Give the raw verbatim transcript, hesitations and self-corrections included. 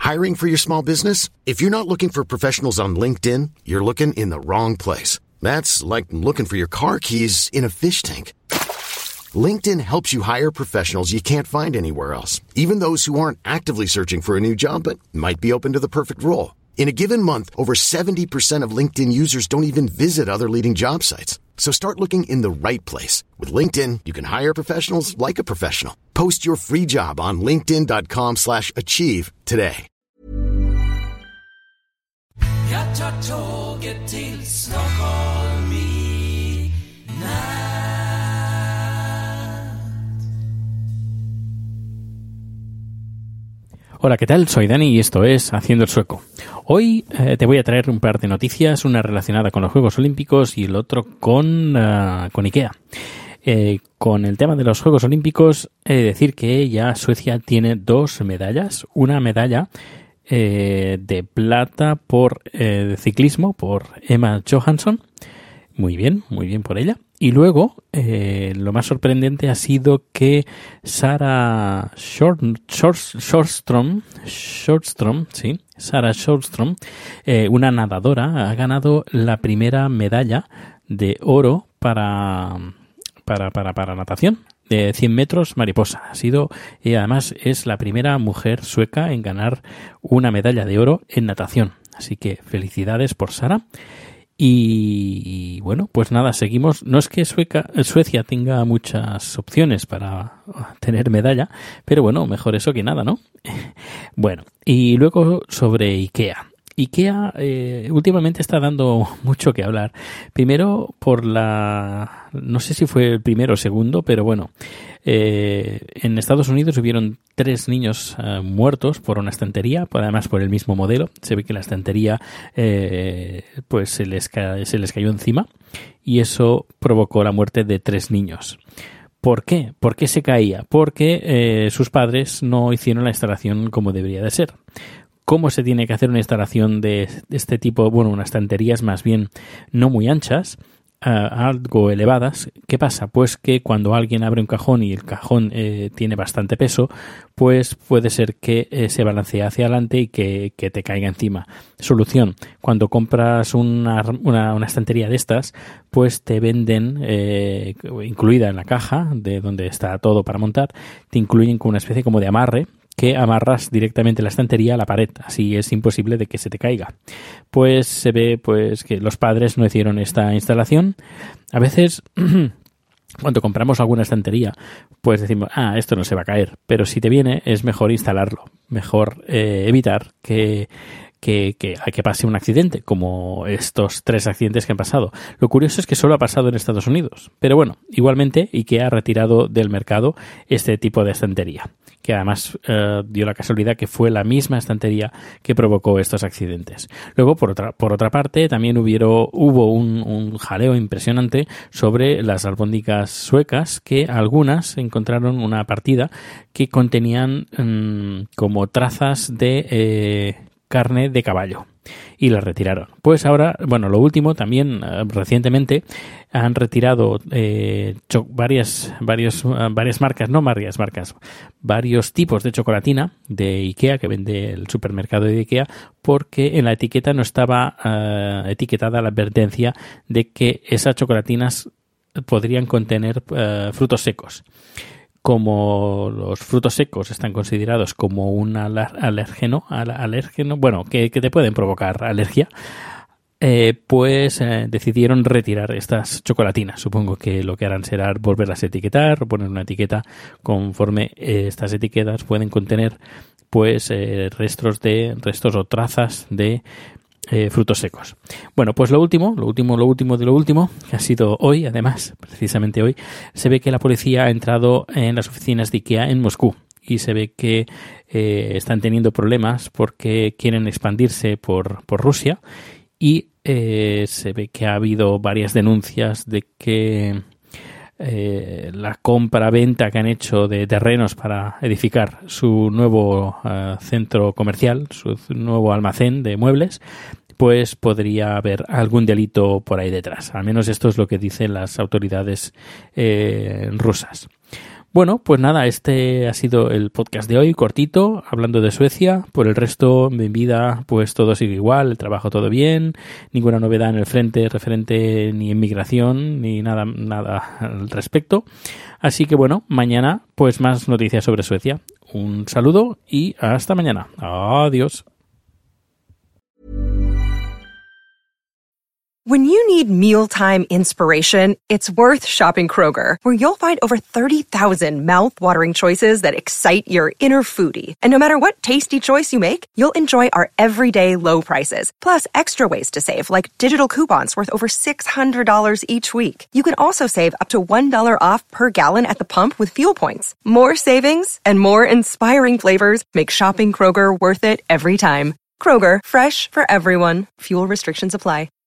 Hiring for your small business? If you're not looking for professionals on LinkedIn, you're looking in the wrong place. That's like looking for your car keys in a fish tank. LinkedIn helps you hire professionals you can't find anywhere else, even those who aren't actively searching for a new job but might be open to the perfect role. In a given month, over seventy percent of LinkedIn users don't even visit other leading job sites. So start looking in the right place. With LinkedIn, you can hire professionals like a professional. Post your free job on linkedin.com slash achieve today. Jag tar tåget till Stockholm i natt. Hola, ¿qué tal? Soy Dani y esto es Haciendo el Sueco. Hoy eh, te voy a traer un par de noticias, una relacionada con los Juegos Olímpicos y el otro con, uh, con IKEA. Eh, con el tema de los Juegos Olímpicos, he de decir que ya Suecia tiene dos medallas. Una medalla eh, de plata por eh, ciclismo, por Emma Johansson. Muy bien, muy bien por ella. Y luego, eh, lo más sorprendente ha sido que Sara Short, Short, Shortstrom, Shortstrom, sí, Sara Shortstrom, eh, una nadadora, ha ganado la primera medalla de oro para, para, para, para natación de cien metros mariposa. Ha sido, y además es la primera mujer sueca en ganar una medalla de oro en natación. Así que felicidades por Sara. Y, y bueno, pues nada, seguimos. No es que Sueca, Suecia tenga muchas opciones para tener medalla, pero bueno, mejor eso que nada, ¿no? Bueno, y luego sobre IKEA. IKEA eh, últimamente está dando mucho que hablar. Primero por la... no sé si fue el primero o segundo, pero bueno, eh, en Estados Unidos hubieron tres niños eh, muertos por una estantería, además por el mismo modelo. Se ve que la estantería eh, pues se les, ca- se les cayó encima y eso provocó la muerte de tres niños. ¿Por qué? ¿Por qué se caía? Porque eh, sus padres no hicieron la instalación como debería de ser. ¿Cómo se tiene que hacer una instalación de este tipo? Bueno, unas estanterías más bien no muy anchas, uh, algo elevadas. ¿Qué pasa? Pues que cuando alguien abre un cajón y el cajón eh, tiene bastante peso, pues puede ser que eh, se balancee hacia adelante y que, que te caiga encima. Solución: cuando compras una, una, una estantería de estas, pues te venden, eh, incluida en la caja de donde está todo para montar, te incluyen con una especie como de amarre, que amarras directamente la estantería a la pared, así es imposible de que se te caiga. Pues se ve pues que los padres no hicieron esta instalación. A veces cuando compramos alguna estantería, pues decimos, ah, esto no se va a caer, pero si te viene es mejor instalarlo, mejor eh, evitar que Que, que, que pase un accidente, como estos tres accidentes que han pasado. Lo curioso es que solo ha pasado en Estados Unidos, pero bueno, igualmente IKEA ha retirado del mercado este tipo de estantería, que además eh, dio la casualidad que fue la misma estantería que provocó estos accidentes. Luego, por otra, por otra parte, también hubieron, hubo un, un jaleo impresionante sobre las albóndigas suecas, que algunas encontraron una partida que contenían mmm, como trazas de eh, carne de caballo y la retiraron. Pues ahora, bueno, lo último también eh, recientemente han retirado eh, cho- varias varios, uh, varias marcas, no varias marcas, varios tipos de chocolatina de IKEA que vende el supermercado de IKEA, porque en la etiqueta no estaba uh, etiquetada la advertencia de que esas chocolatinas podrían contener uh, frutos secos. Como los frutos secos están considerados como un alérgeno, alérgeno, bueno, que, que te pueden provocar alergia, eh, pues eh, decidieron retirar estas chocolatinas. Supongo que lo que harán será volverlas a etiquetar o poner una etiqueta conforme eh, estas etiquetas pueden contener pues eh, restos de restos o trazas de Eh, frutos secos. Bueno, pues lo último, lo último, lo último de lo último, que ha sido hoy, además, precisamente hoy, se ve que la policía ha entrado en las oficinas de IKEA en Moscú y se ve que eh, están teniendo problemas porque quieren expandirse por, por Rusia y eh, se ve que ha habido varias denuncias de que Eh, la compra-venta que han hecho de terrenos para edificar su nuevo uh, centro comercial, su nuevo almacén de muebles, pues podría haber algún delito por ahí detrás. Al menos esto es lo que dicen las autoridades eh, rusas. Bueno, pues nada, este ha sido el podcast de hoy, cortito, hablando de Suecia. Por el resto, mi vida, pues todo sigue igual, el trabajo todo bien, ninguna novedad en el frente referente ni en migración, ni nada, nada al respecto. Así que bueno, mañana pues más noticias sobre Suecia. Un saludo y hasta mañana. Adiós. When you need mealtime inspiration, it's worth shopping Kroger, where you'll find over thirty thousand mouth-watering choices that excite your inner foodie. And no matter what tasty choice you make, you'll enjoy our everyday low prices, plus extra ways to save, like digital coupons worth over six hundred dollars each week. You can also save up to one dollar off per gallon at the pump with fuel points. More savings and more inspiring flavors make shopping Kroger worth it every time. Kroger, fresh for everyone. Fuel restrictions apply.